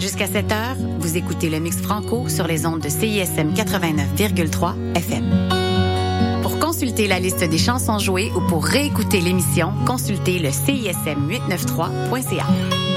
Jusqu'à 7 heures, vous écoutez le Mix Franco sur les ondes de CISM 89,3 FM. Pour consulter la liste des chansons jouées ou pour réécouter l'émission, consultez le CISM893.ca.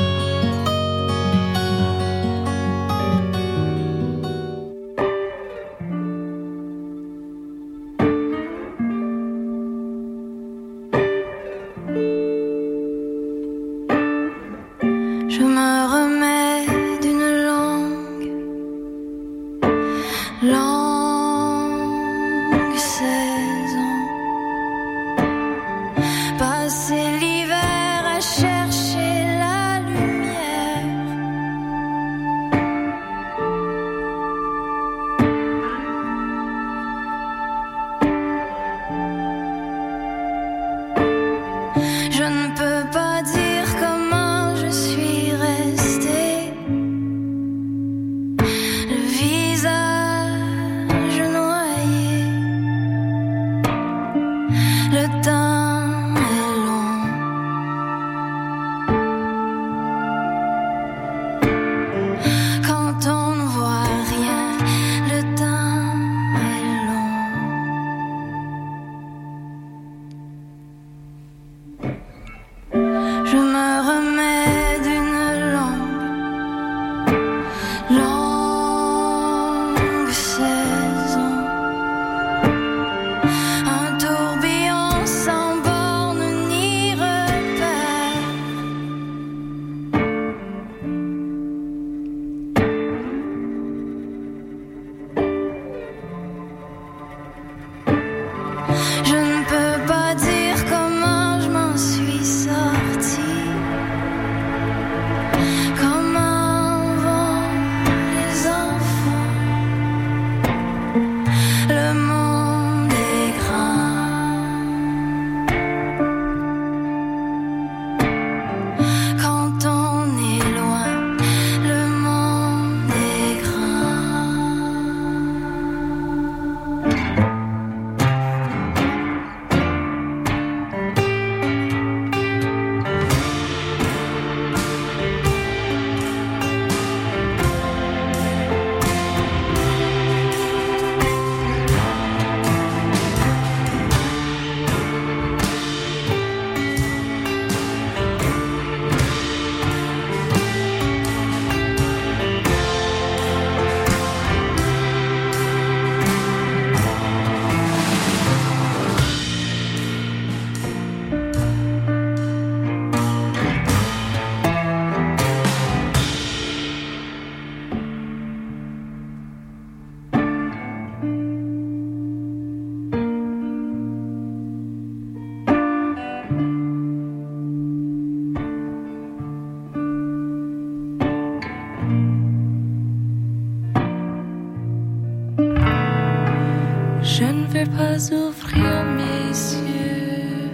Ouvrir mes yeux,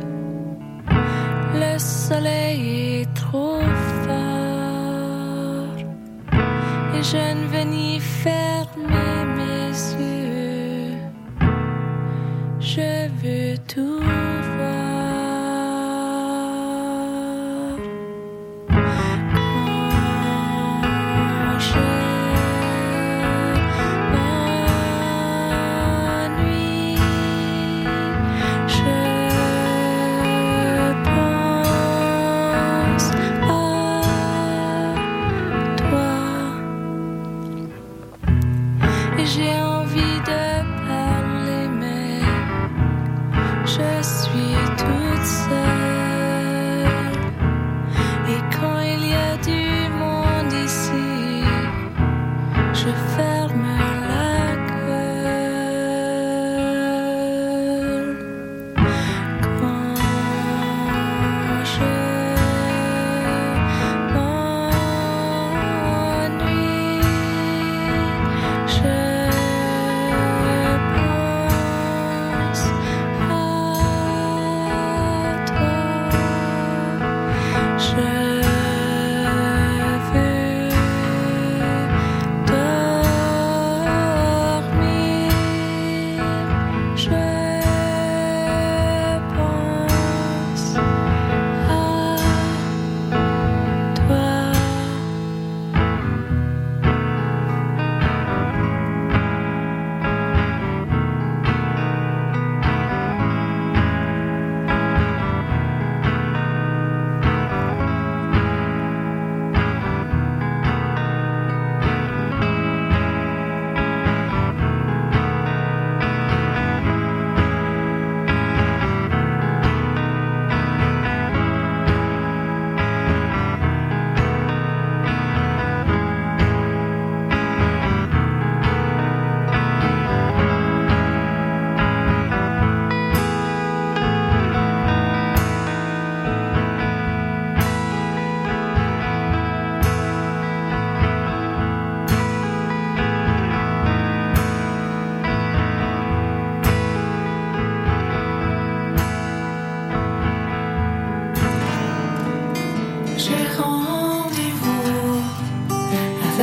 le soleil est trop fort et je ne veux ni fermer mes yeux, je veux tout voir.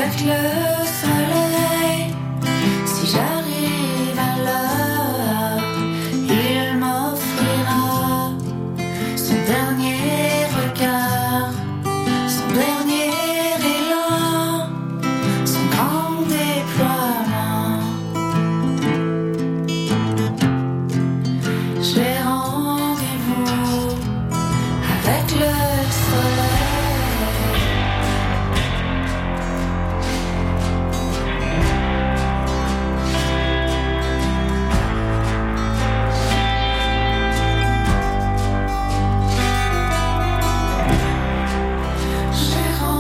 avec le soleil. Si j'arrive à l'heure, il m'offrira son dernier regard, son dernier élan, son grand déploiement. J'ai rendez-vous avec le soleil. J'ai rendez-vous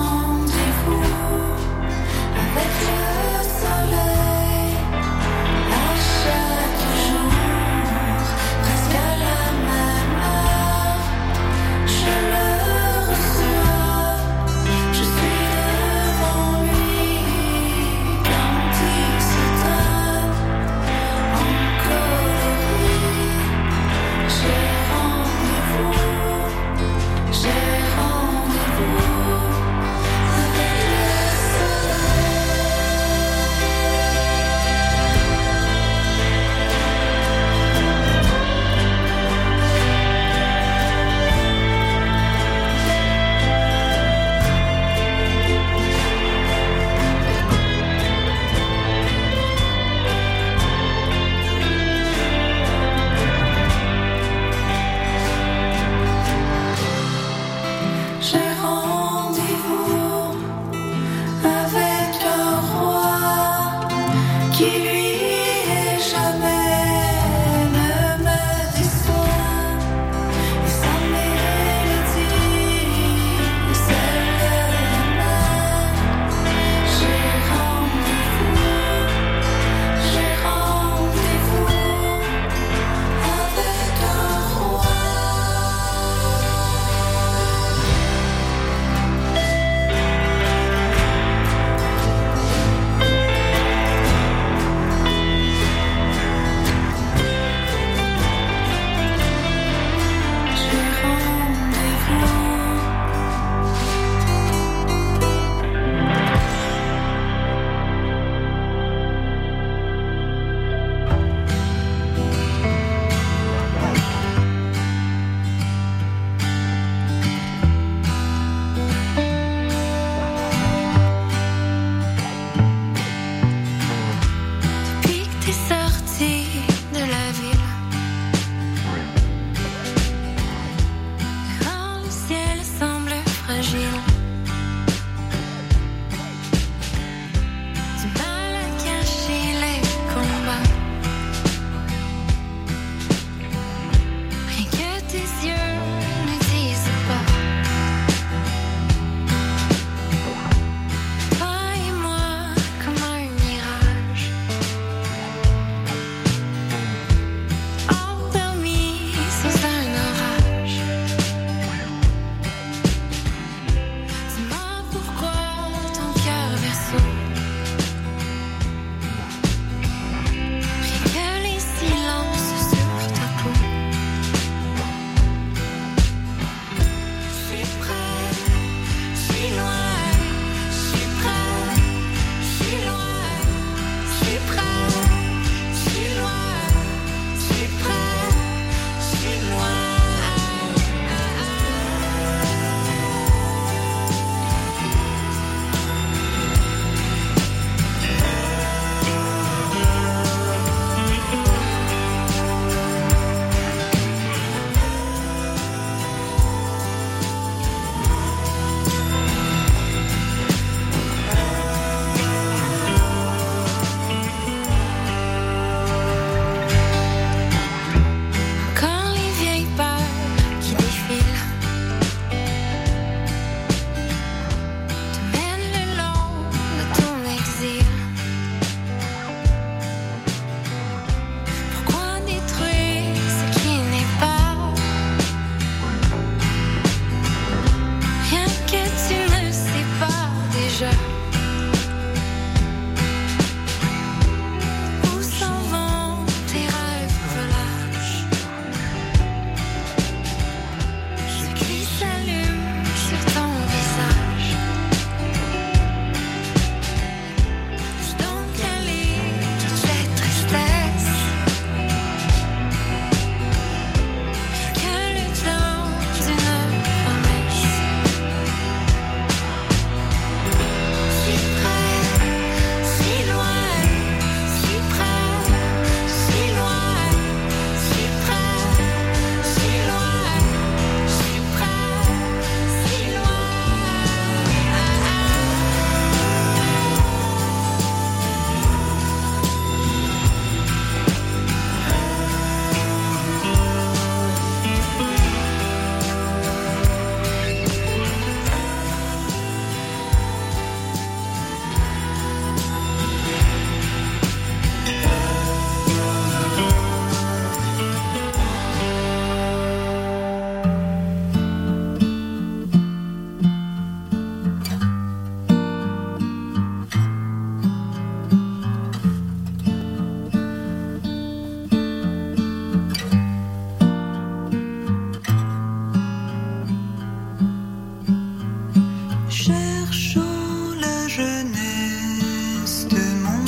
Cherchant la jeunesse de mon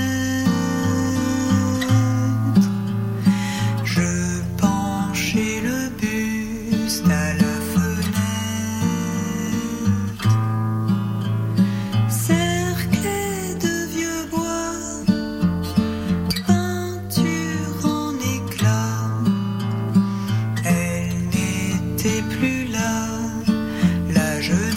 être, je penchai le buste à la fenêtre, cerclé de vieux bois, peinture en éclats, elle n'était plus là, la jeunesse.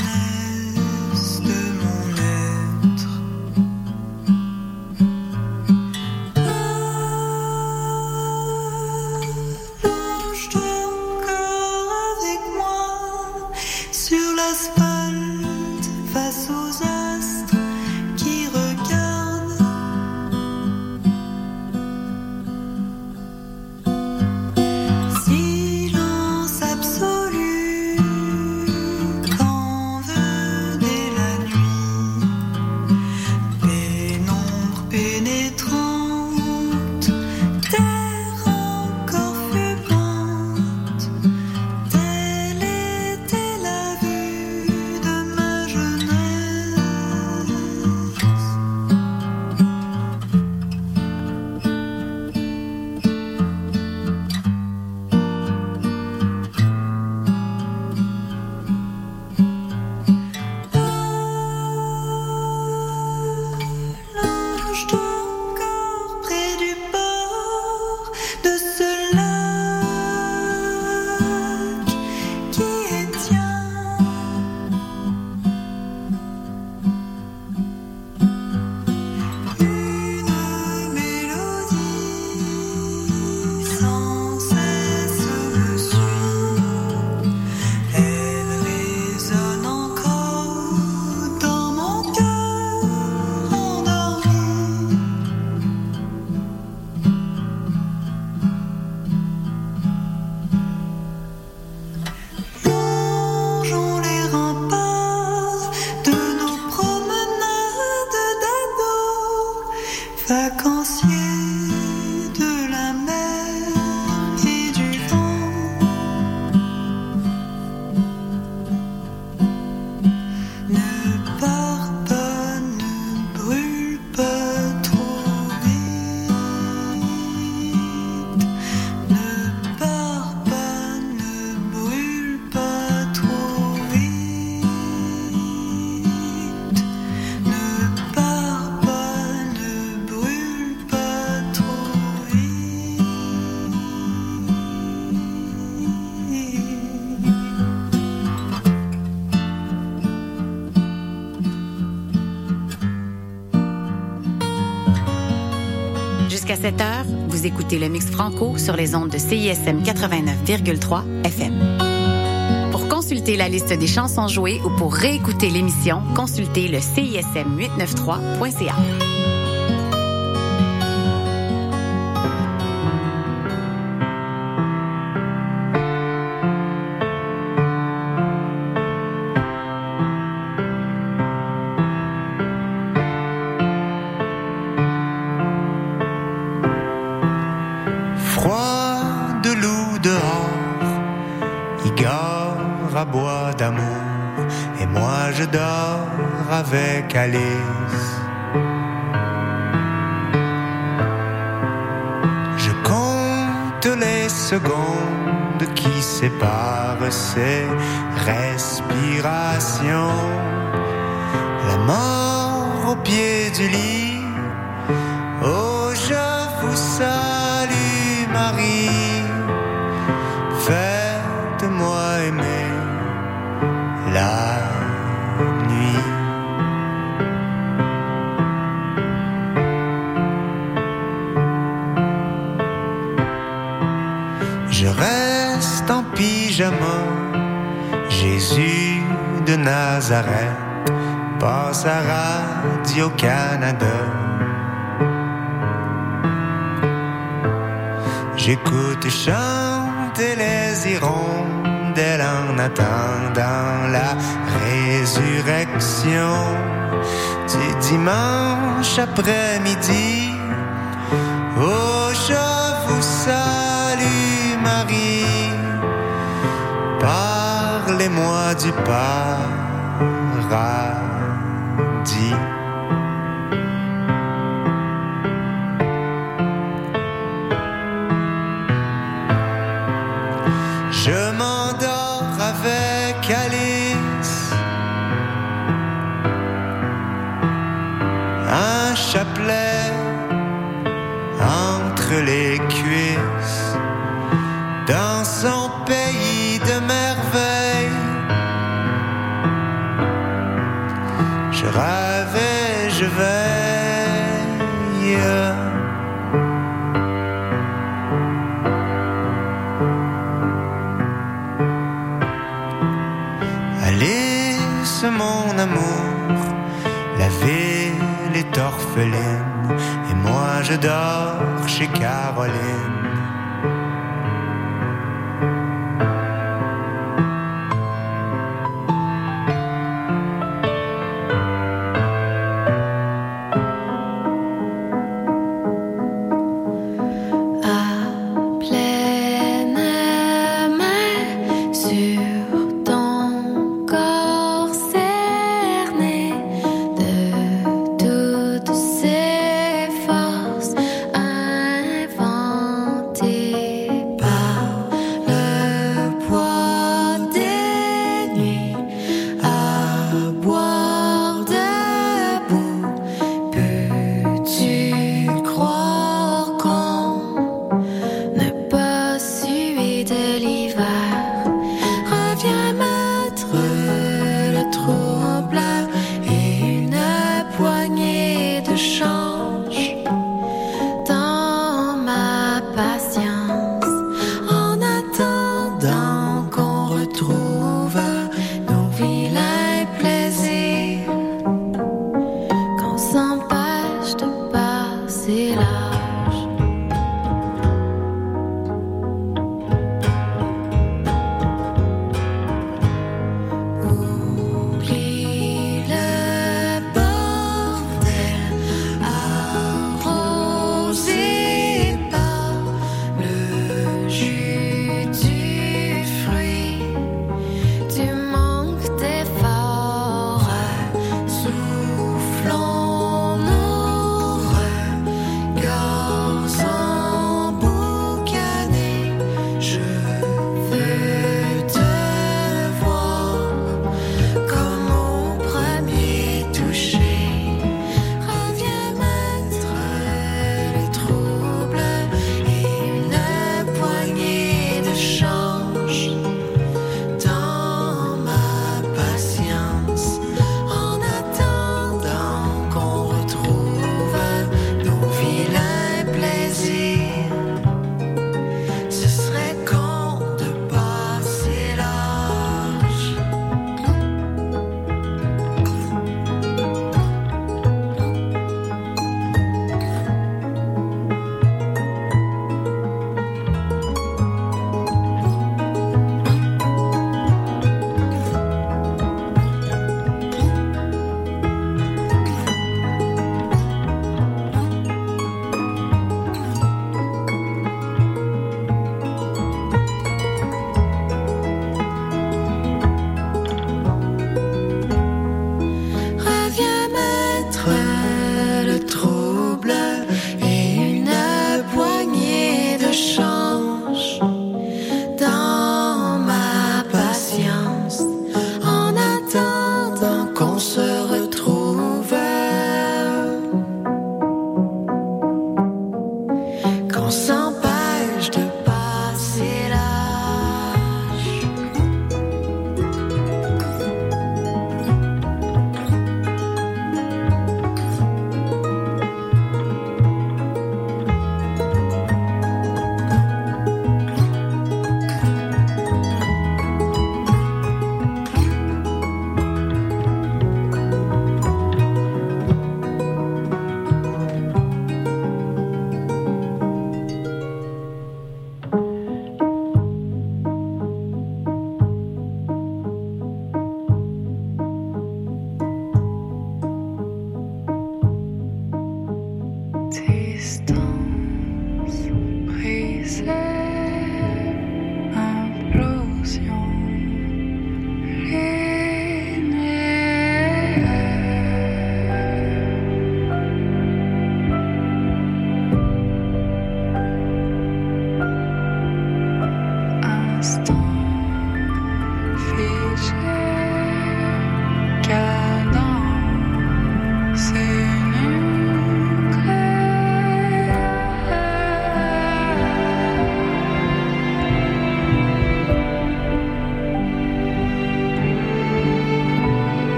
Jusqu'à 7h, vous écoutez le Mix Franco sur les ondes de CISM 89,3 FM. Pour consulter la liste des chansons jouées ou pour réécouter l'émission, consultez le CISM893.ca. Avec Alice, je compte les secondes qui séparent ces respirations. La mort au pied du lit. Oh, je vous salue Marie, faites-moi aimer la nuit. Je reste en pyjama, Jésus de Nazareth passe à Radio-Canada. J'écoute chanter les hirondelles en attendant la résurrection du dimanche après-midi. Oh, je vous salue Marie, parlez-moi du paradis. paradis. Je m'endors avec Alice, un chapelet entre les cuisses, dans son pays de merveille. Je rêve et je veille. Alice, mon amour, la ville est orpheline, et moi je dors chez Caroline.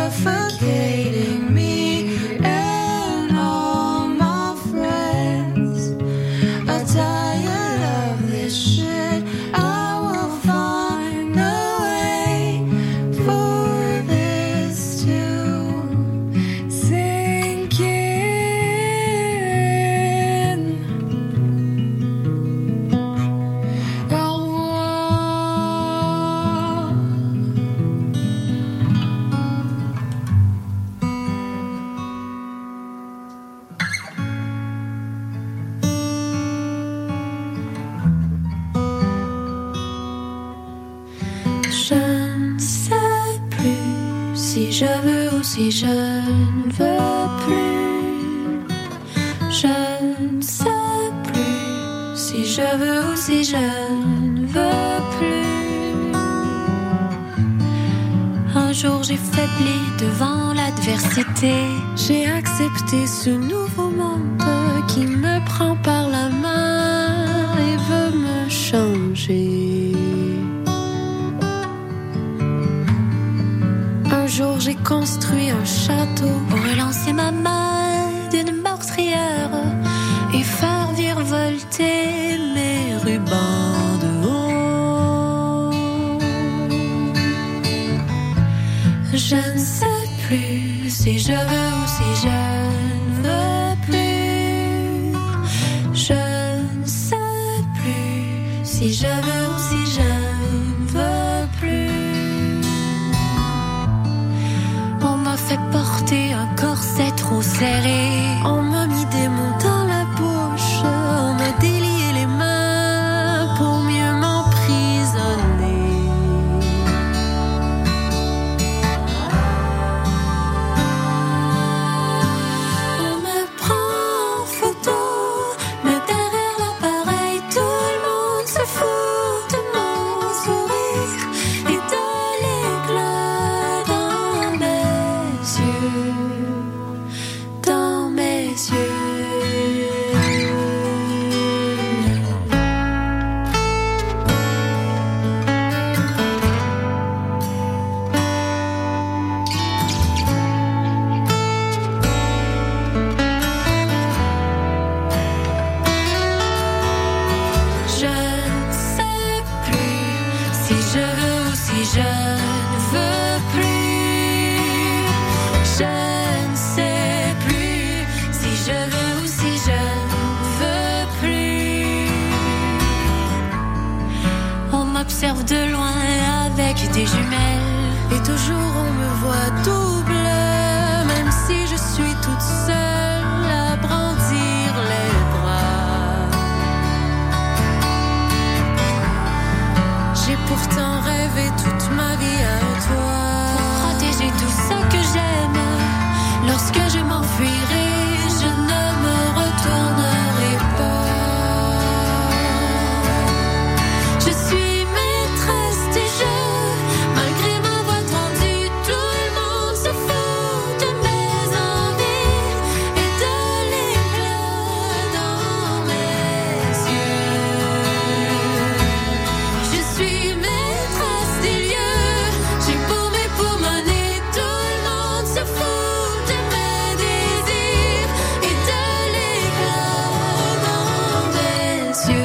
suffocating me and all my friends are tired of this shit. I will find a way for this to sink in. Je ne sais plus si je veux ou si je ne veux plus. Je ne sais plus si je veux ou si je ne veux plus. Un jour j'ai faibli devant l'adversité. J'ai accepté ce nouveau monde qui me prend par la main et veut me changer. Un jour j'ai construit un château pour relancer ma main d'une meurtrière et faire virevolter mes rubans de haut. Je ne sais plus si je veux ou si je ne veux plus. Je ne sais plus si je veux ou si je ne veux plus. On m'a fait porter un corset trop serré. On m'a mis des mots dans la bouche. On m'a délié les mains pour mieux m'emprisonner. On me prend en photo, mais derrière l'appareil, tout le monde se fout de mon sourire et de l'éclat dans mes yeux, dans mes yeux. Je ne sais plus si je veux ou si je ne veux plus. Je ne sais plus si je veux ou si je ne veux plus. On m'observe de loin avec des jumelles et toujours on me voit double, même si je suis toute seule à brandir les bras. J'ai pourtant rêvé toute ma vie à toi, pour protéger tout ce que j'aime. Lorsque je m'enfuirai, je ne me retournerai pas. Je suis maîtresse du jeu, malgré ma voix tendue, tout le monde se fout de mes envies et de l'éclat dans mes yeux. Je suis maîtresse des lieux, j'ai pour mes poumonnés, tout le monde se fout de mes désirs et de l'éclat dans mes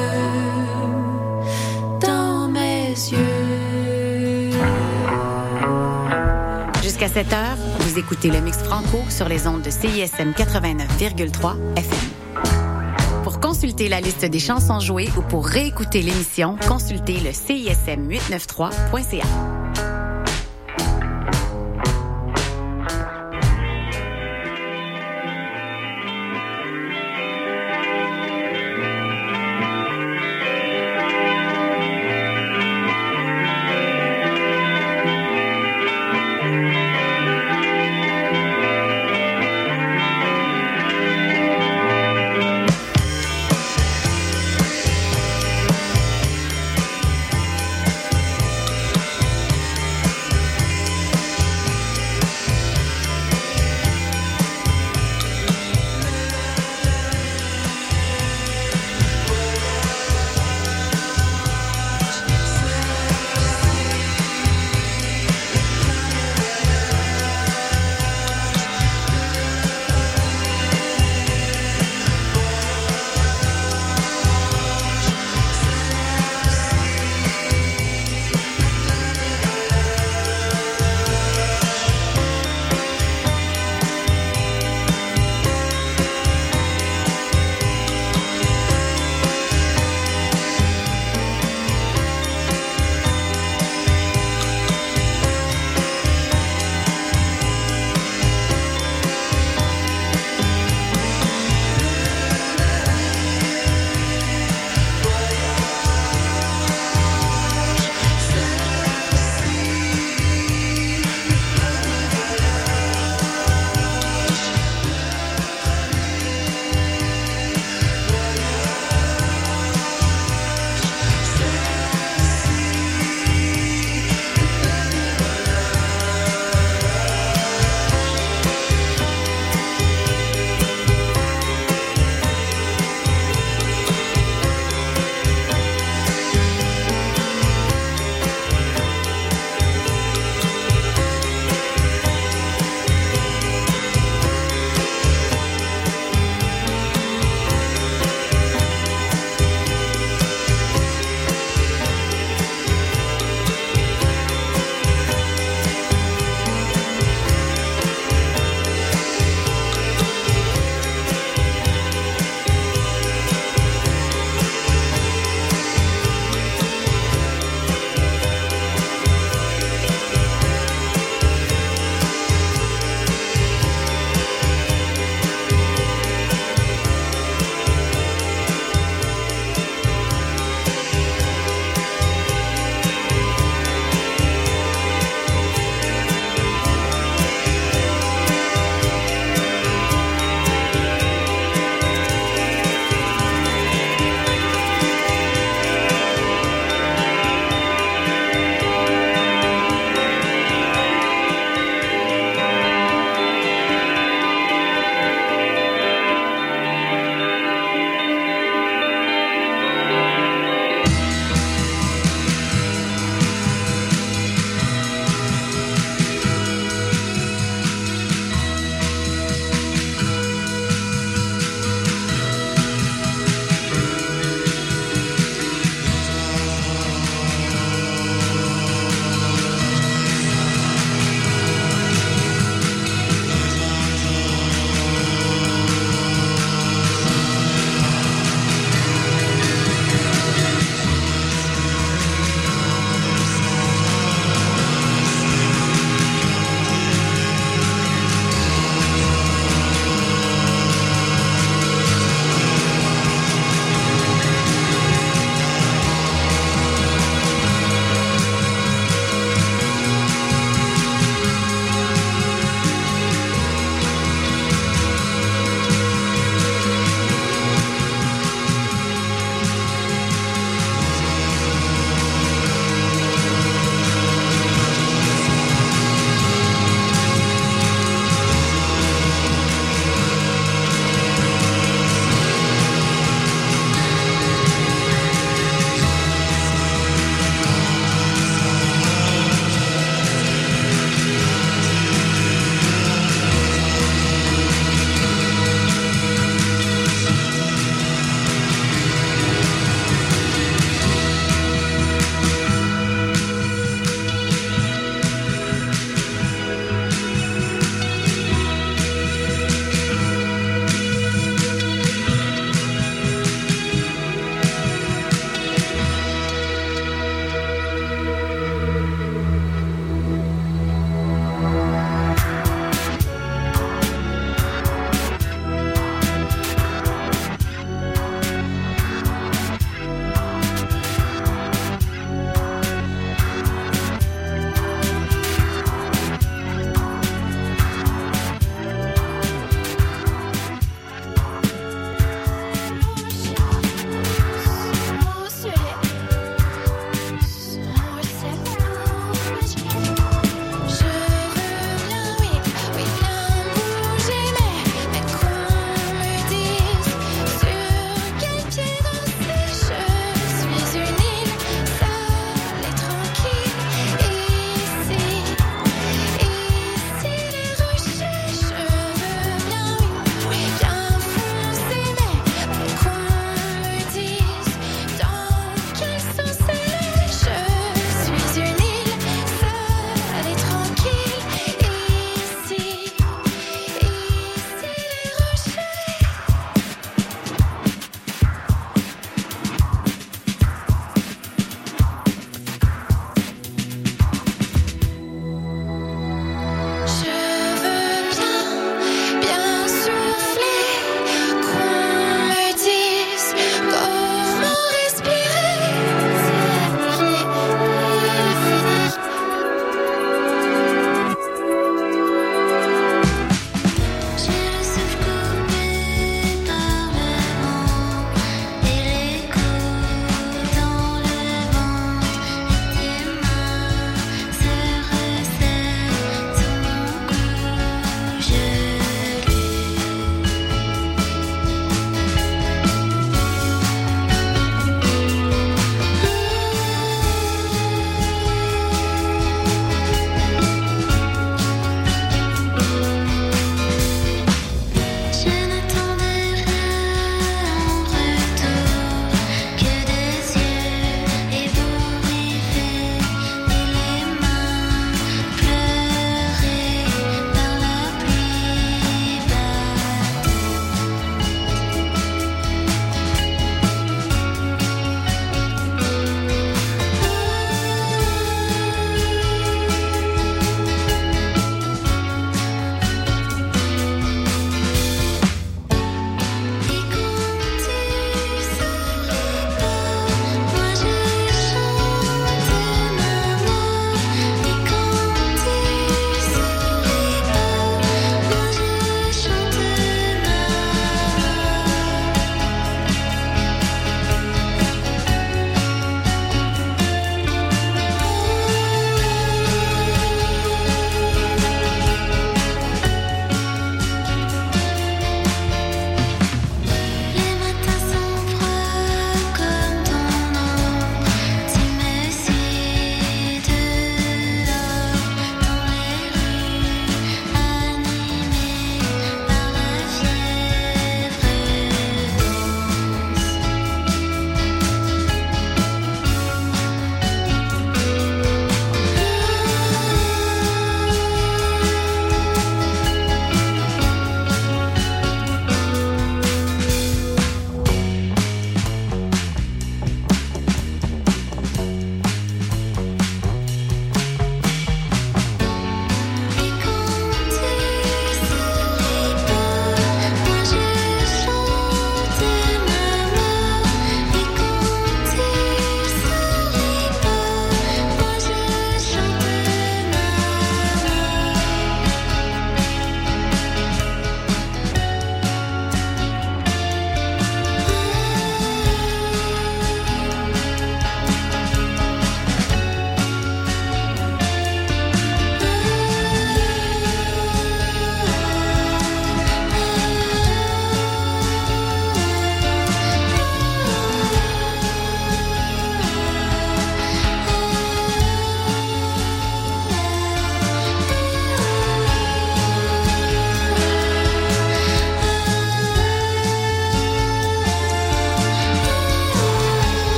yeux, dans mes yeux. Jusqu'à 7 heures, vous écoutez le Mix Franco sur les ondes de CISM 89,3 FM. Pour consulter la liste des chansons jouées ou pour réécouter l'émission, consultez le CISM893.ca.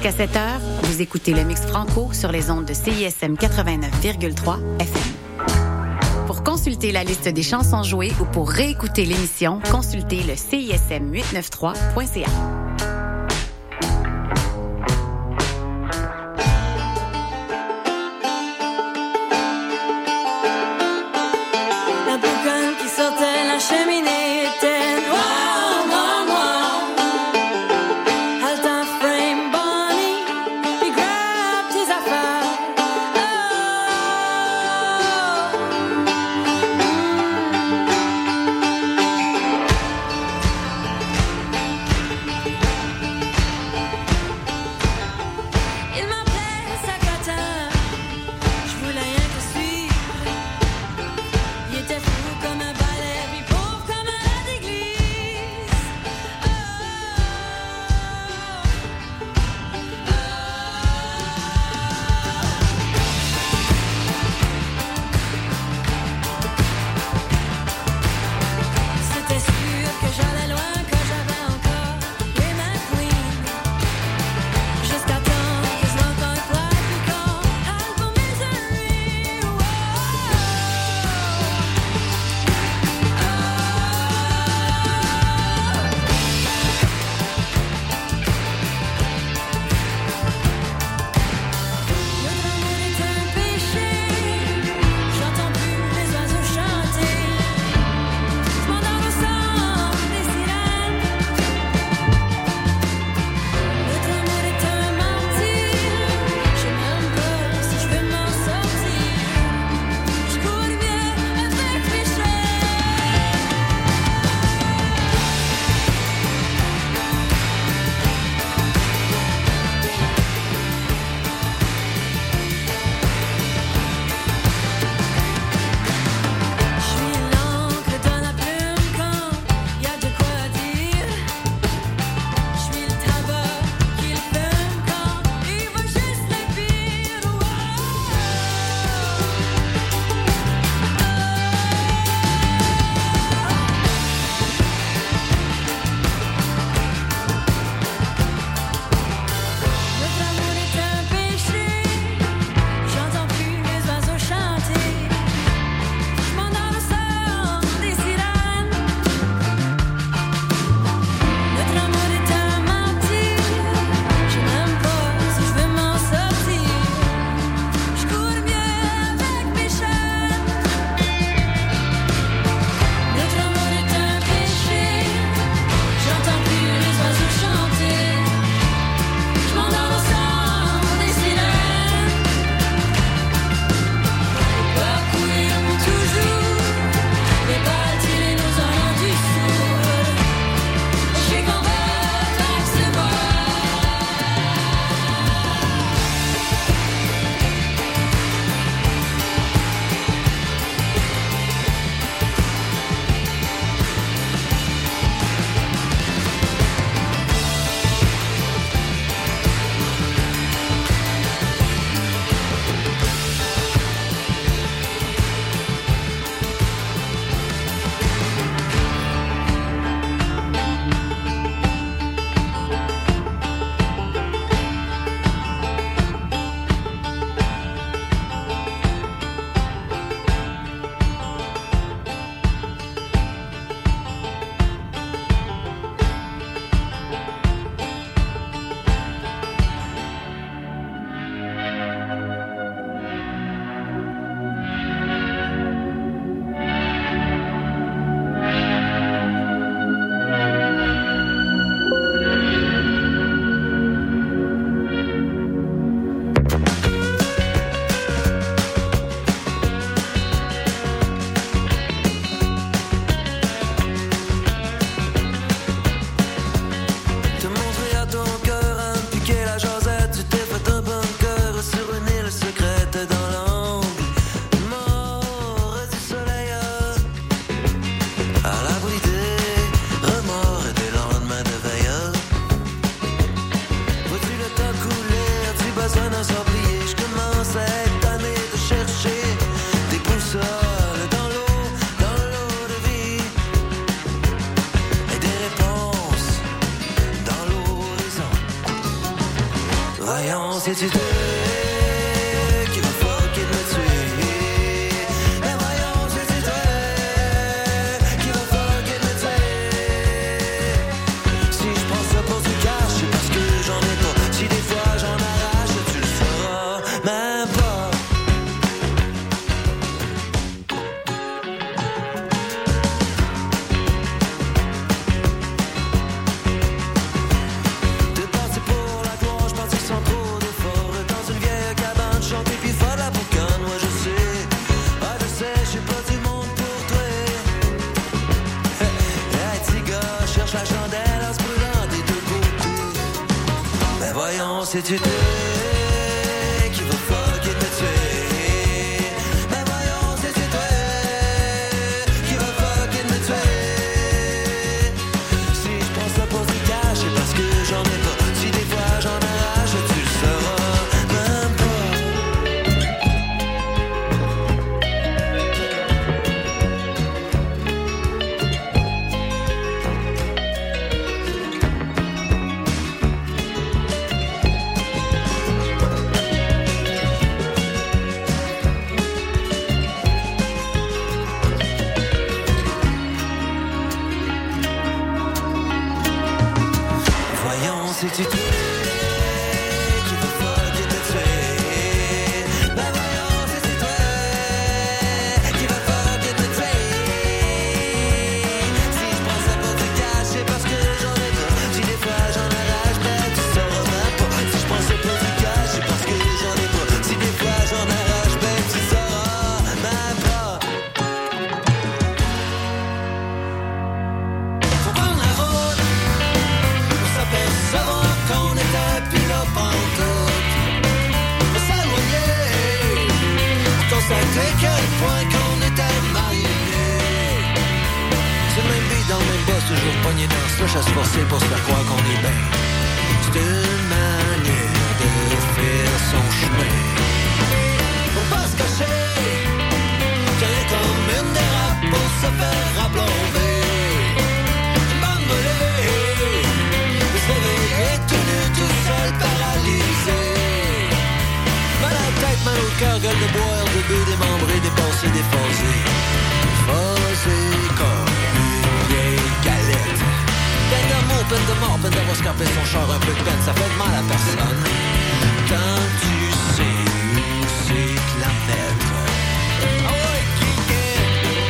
Jusqu'à 7 heures, vous écoutez le Mix Franco sur les ondes de CISM 89,3 FM. Pour consulter la liste des chansons jouées ou pour réécouter l'émission, consultez le CISM893.ca. La boucane qui sortait la cheminée était noire, noire, noire. Alta frame Bonnie, he grabbed his affaires. voyons, c'est-tu toi qui va fucker de me tuer? Mais voyons, c'est-tu toi qui va fucker de me tuer? Si je prends ça pour du cash, c'est parce que j'en ai pas. Si des fois j'en arrache, tu le sauras même pas. T'es parti pour la gloire, j'partis sans trop d'efforts. Dans une vieille cabane, chanter pis faire de la boucane. Moi je sais, j'suis pas du monde pour toi. Hey, petit gars, cherche la chandelle en se brûlant des deux côtés. Ben voyons, c'est-tu toi qui va fucker me tuer? Ben voyons, c'est-tu toi qui va fucker me tuer? Si je prends ça pour du cash, c'est parce que j'en ai pas. Si des fois j'en arrache, tu le sauras même pas. Voyons, c'est-tu toi qui va fucker me tuer? Ben voyons, c'est-tu toi qui va fucker me tuer? Si je prends ça pour du cash, c'est parce que j'en ai pas. Si des fois j'en arrache, ben tu sauras même pas. Si je prends ça pour du cash, c'est parce que j'en ai pas. Si des fois j'en arrache, ben tu sauras même pas. Faut prendre la route pour s'apercevoir qu'on était plus là pantoute. Faut s'éloigner pour constater quel point qu'on était marinés. C'est le même beat dans le même boss, toujours pogné dans ce slush à se forcer pour se faire croire qu'on est bien. C'est une manière de faire son chemin. Faut pas se cacher, tiens comme une dérape pour se faire rablomber. Une bonne volée, de se réveiller tout nu, tout seul, paralysé. Mal à la tête, mal au cœur, gueule de boire, bébé démembré, dépassé, déphasé. Phasé comme une vieille galette. Peine d'amour, peine de mort, peine d'avoir scrapé son char, un peu de peine, ça fait de mal à personne. Quand tu sais où c'est que la mettre. Ah ouais, qui est?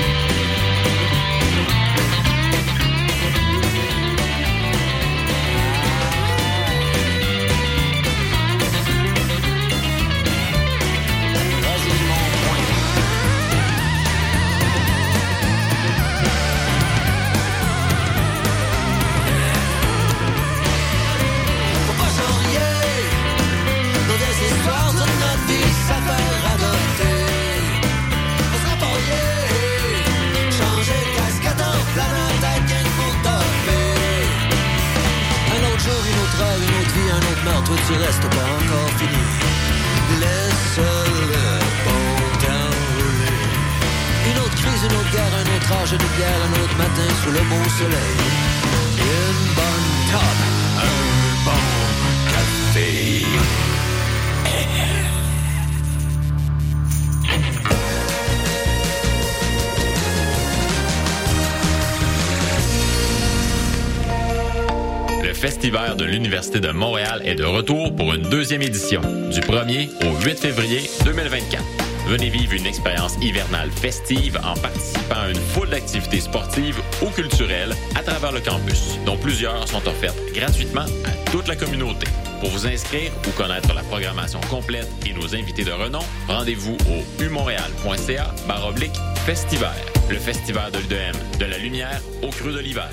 Vas-y, mon point. Faut pas s'ennuyer. Nos vieilles histoires de notre vie, ça fait radoter. Faut se rapporter. Changer de casquette en plein la tête, rien que pour topper. Un autre jour, une autre heure, une autre vie, un autre meurtre, toi tu restes pas encore fini. Laisse le bon temps rouler. Une autre crise, une autre guerre, un autre âge de bière, un autre matin sous le beau soleil. Une bonne top, un bon café. Le Festival de l'Université de Montréal est de retour pour une deuxième édition, du 1er au 8 février 2024. Venez vivre une expérience hivernale festive en participant à une foule d'activités sportives ou culturelles à travers le campus, dont plusieurs sont offertes gratuitement à toute la communauté. Pour vous inscrire ou connaître la programmation complète et nos invités de renom, rendez-vous au umontréal.ca/festival. Le Festival de l'UDM, de la lumière au creux de l'hiver.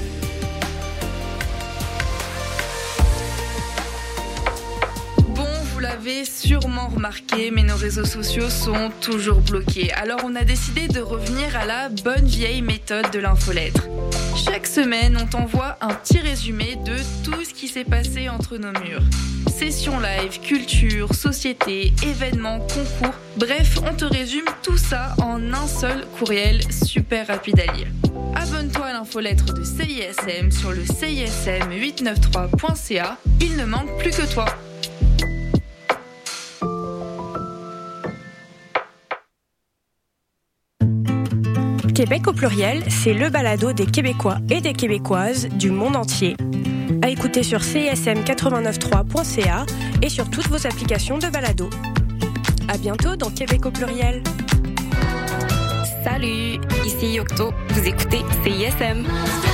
Vous l'avez sûrement remarqué, mais nos réseaux sociaux sont toujours bloqués. Alors on a décidé de revenir à la bonne vieille méthode de l'infolettre. Chaque semaine, on t'envoie un petit résumé de tout ce qui s'est passé entre nos murs. Sessions live, culture, société, événements, concours. Bref, on te résume tout ça en un seul courriel super rapide à lire. Abonne-toi à l'infolettre de CISM sur le CISM893.ca. Il ne manque plus que toi. Québec au pluriel, c'est le balado des Québécois et des Québécoises du monde entier. À écouter sur CISM893.ca et sur toutes vos applications de balado. À bientôt dans Québec au pluriel. Salut, ici Yocto. Vous écoutez CISM.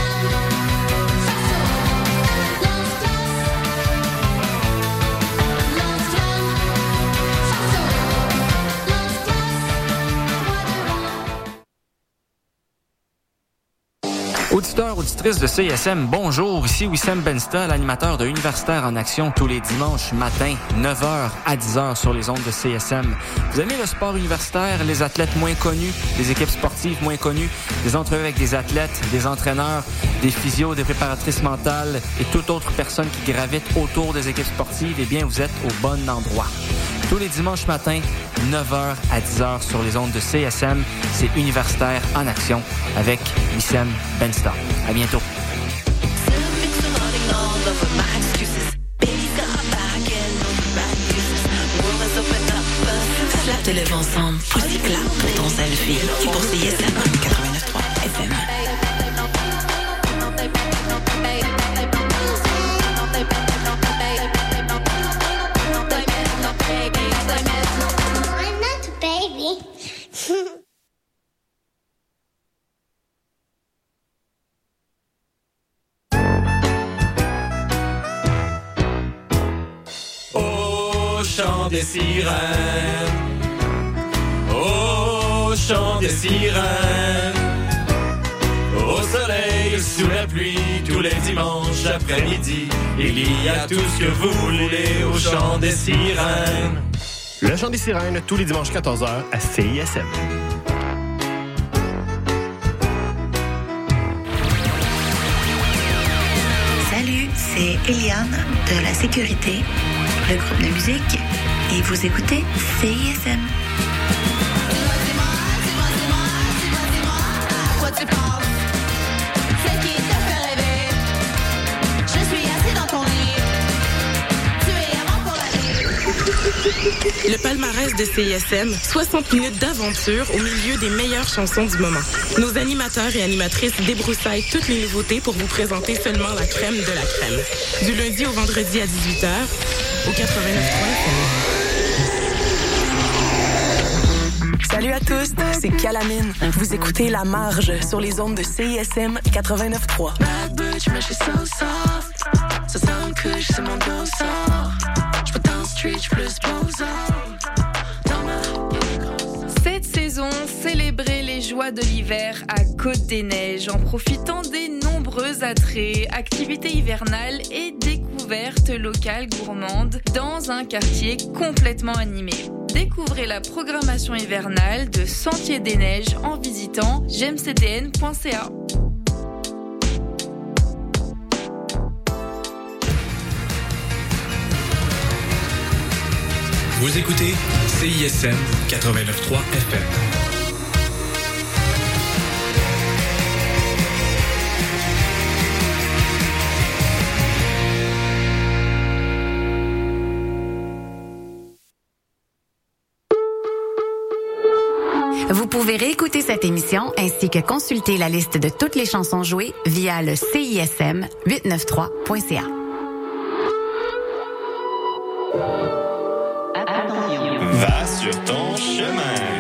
Auditeurs, auditrices de CISM, bonjour. Ici Wissem Bensta, l'animateur de Universitaire en Action tous les dimanches matin, 9h à 10h sur les ondes de CISM. Vous aimez le sport universitaire, les athlètes moins connus, les équipes sportives moins connues, des entrevues avec des athlètes, des entraîneurs, des physios, des préparatrices mentales et toute autre personne qui gravite autour des équipes sportives, eh bien, vous êtes au bon endroit. Tous les dimanches matins, 9h à 10h sur les ondes de CSM, c'est Universitaire en Action avec Wissem Bensta. À bientôt. Clap de lève ensemble, aussi clap pour ton selfie. Et pour CSM 89.3 FM. Au chant des sirènes, au chant des sirènes, au soleil, sous la pluie, tous les dimanches après-midi, il y a tout ce que vous voulez au chant des sirènes. Le chant des sirènes, tous les dimanches 14h à CISM. Salut, c'est Eliane de La Sécurité, le groupe de musique, et vous écoutez CISM. Le palmarès de CISM, 60 minutes d'aventure au milieu des meilleures chansons du moment. Nos animateurs et animatrices débroussaillent toutes les nouveautés pour vous présenter seulement la crème de la crème. Du lundi au vendredi à 18h, au 89.3 FM. Salut à tous, c'est Calamine. Vous écoutez La Marge sur les ondes de CISM 89.3. Bad bitch, mais j'suis so soft. Ça sent que c'est mon dos sort. J'peux dans le street, j'plus pose. Cette saison, célébrez les joies de l'hiver à Côte-des-Neiges en profitant des nombreux attraits, activités hivernales et découvertes locales gourmandes dans un quartier complètement animé. Découvrez la programmation hivernale de Sentier des Neiges en visitant gemcdn.ca. Vous écoutez CISM 89.3 FM. Vous pouvez réécouter cette émission ainsi que consulter la liste de toutes les chansons jouées via le CISM893.ca. Va sur ton chemin.